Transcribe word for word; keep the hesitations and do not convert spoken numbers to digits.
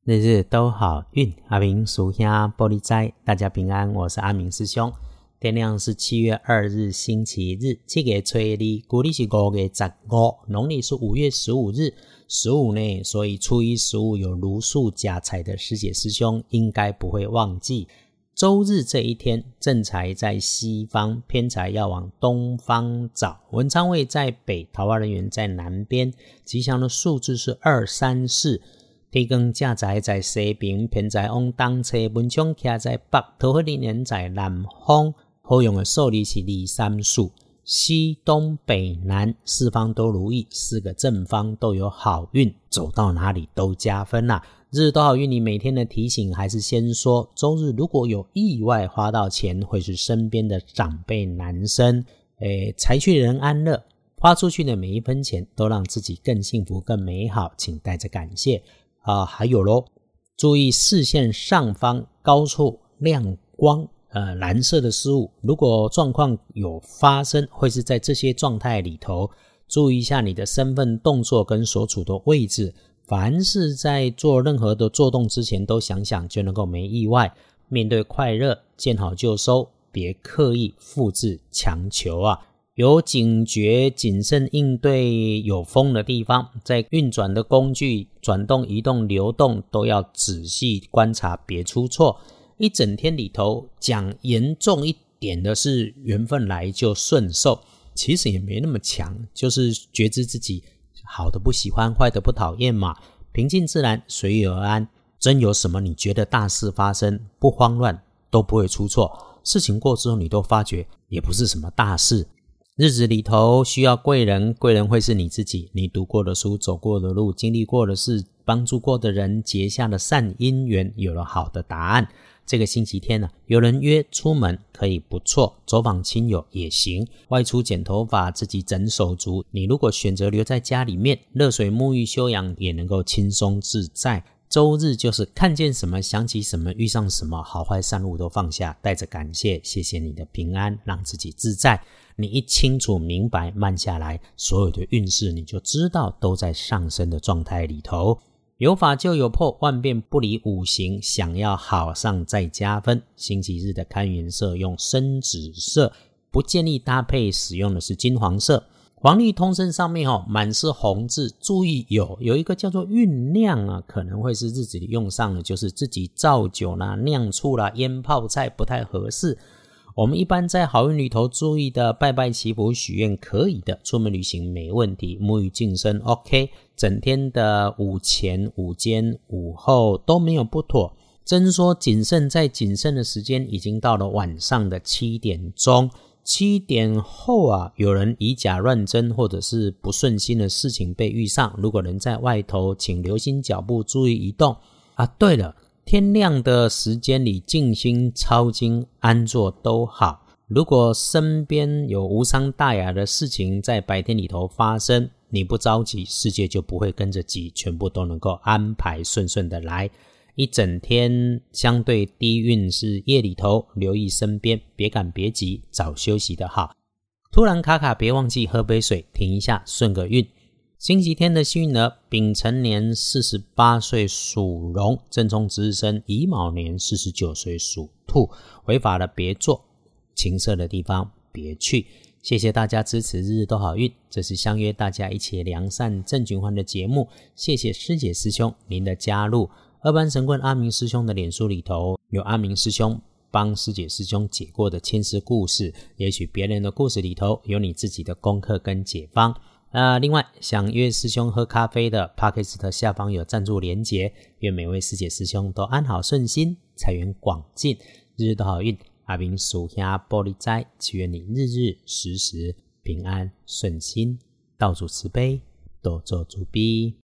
日日都好运，阿明属下玻璃斋，大家平安，我是阿明师兄。天亮是七月二日星期日，七月初二，古历是五月十五，农历是五月十五日，十五呢，所以初一十五有如数家财的师姐师兄应该不会忘记。周日这一天，正财在西方，偏财要往东方找，文昌位在北，桃花人缘在南边，吉祥的数字是二三四。天光正财在西边，偏财往东侧，文昌徛在北，桃花人缘在南方，好用的数字是二三四。西东北南四方都如意，四个正方都有好运，走到哪里都加分啦、啊。日日都好运，你每天的提醒还是先说，周日如果有意外花到钱，会是身边的长辈男生，诶，财去人安乐，花出去的每一分钱都让自己更幸福更美好，请带着感谢啊、呃，还有咯，注意视线上方高处亮光呃，蓝色的事物，如果状况有发生，会是在这些状态里头，注意一下你的身份动作跟所处的位置，凡是在做任何的作动之前都想想，就能够没意外。面对快乐，见好就收，别刻意复制强求啊。有警觉谨慎应对有风的地方，在运转的工具转动移动流动都要仔细观察，别出错。一整天里头讲严重一点的是缘分来就顺受，其实也没那么强，就是觉知自己好的不喜欢，坏的不讨厌嘛，平静自然，随遇而安。真有什么你觉得大事发生，不慌乱都不会出错，事情过之后你都发觉也不是什么大事。日子里头需要贵人，贵人会是你自己，你读过的书，走过的路，经历过的事，帮助过的人，结下的善因缘，有了好的答案。这个星期天呢、啊，有人约出门可以不错，走访亲友也行，外出剪头发，自己整手足。你如果选择留在家里面，热水沐浴休养也能够轻松自在。周日就是看见什么想起什么，遇上什么好坏善恶都放下，带着感谢，谢谢你的平安，让自己自在。你一清楚明白，慢下来，所有的运势你就知道都在上升的状态里头。有法就有破，万变不离五行，想要好上再加分。星期日的看颜色用深紫色，不建议搭配使用的是金黄色。黄历通胜上面哦，满是红字，注意有有一个叫做酝酿啊，可能会是日子里用上的，就是自己造酒啦、酿醋啦、腌泡菜不太合适。我们一般在好运里头注意的，拜拜祈福许愿可以的，出门旅行没问题，沐浴净身 OK， 整天的午前、午间、午后都没有不妥。真说谨慎再谨慎的时间已经到了晚上的七点钟，七点后啊，有人以假乱真或者是不顺心的事情被遇上，如果人在外头，请留心脚步，注意移动啊。对了，天亮的时间里静心抄经安坐都好，如果身边有无伤大雅的事情在白天里头发生，你不着急，世界就不会跟着急，全部都能够安排顺顺的来。一整天相对低运是夜里头，留意身边，别赶别急，早休息的好。突然卡卡别忘记喝杯水，停一下顺个运。星期天的幸运儿，丙辰年四十八岁属龙，正冲值日生乙卯年四十九岁属兔，违法的别做，情色的地方别去。谢谢大家支持日日都好运，这是相约大家一起良善正循环的节目，谢谢师姐师兄您的加入。二班神棍阿明师兄的脸书里头有阿明师兄帮师姐师兄解过的千丝故事，也许别人的故事里头有你自己的功课跟解方。呃，另外想约师兄喝咖啡的 Podcast 下方有赞助连结，愿每位师姐师兄都安好顺心，财源广进，日日都好运。阿明属下玻璃斋，祈愿你日日时时平安顺心，道主慈悲，多做主逼。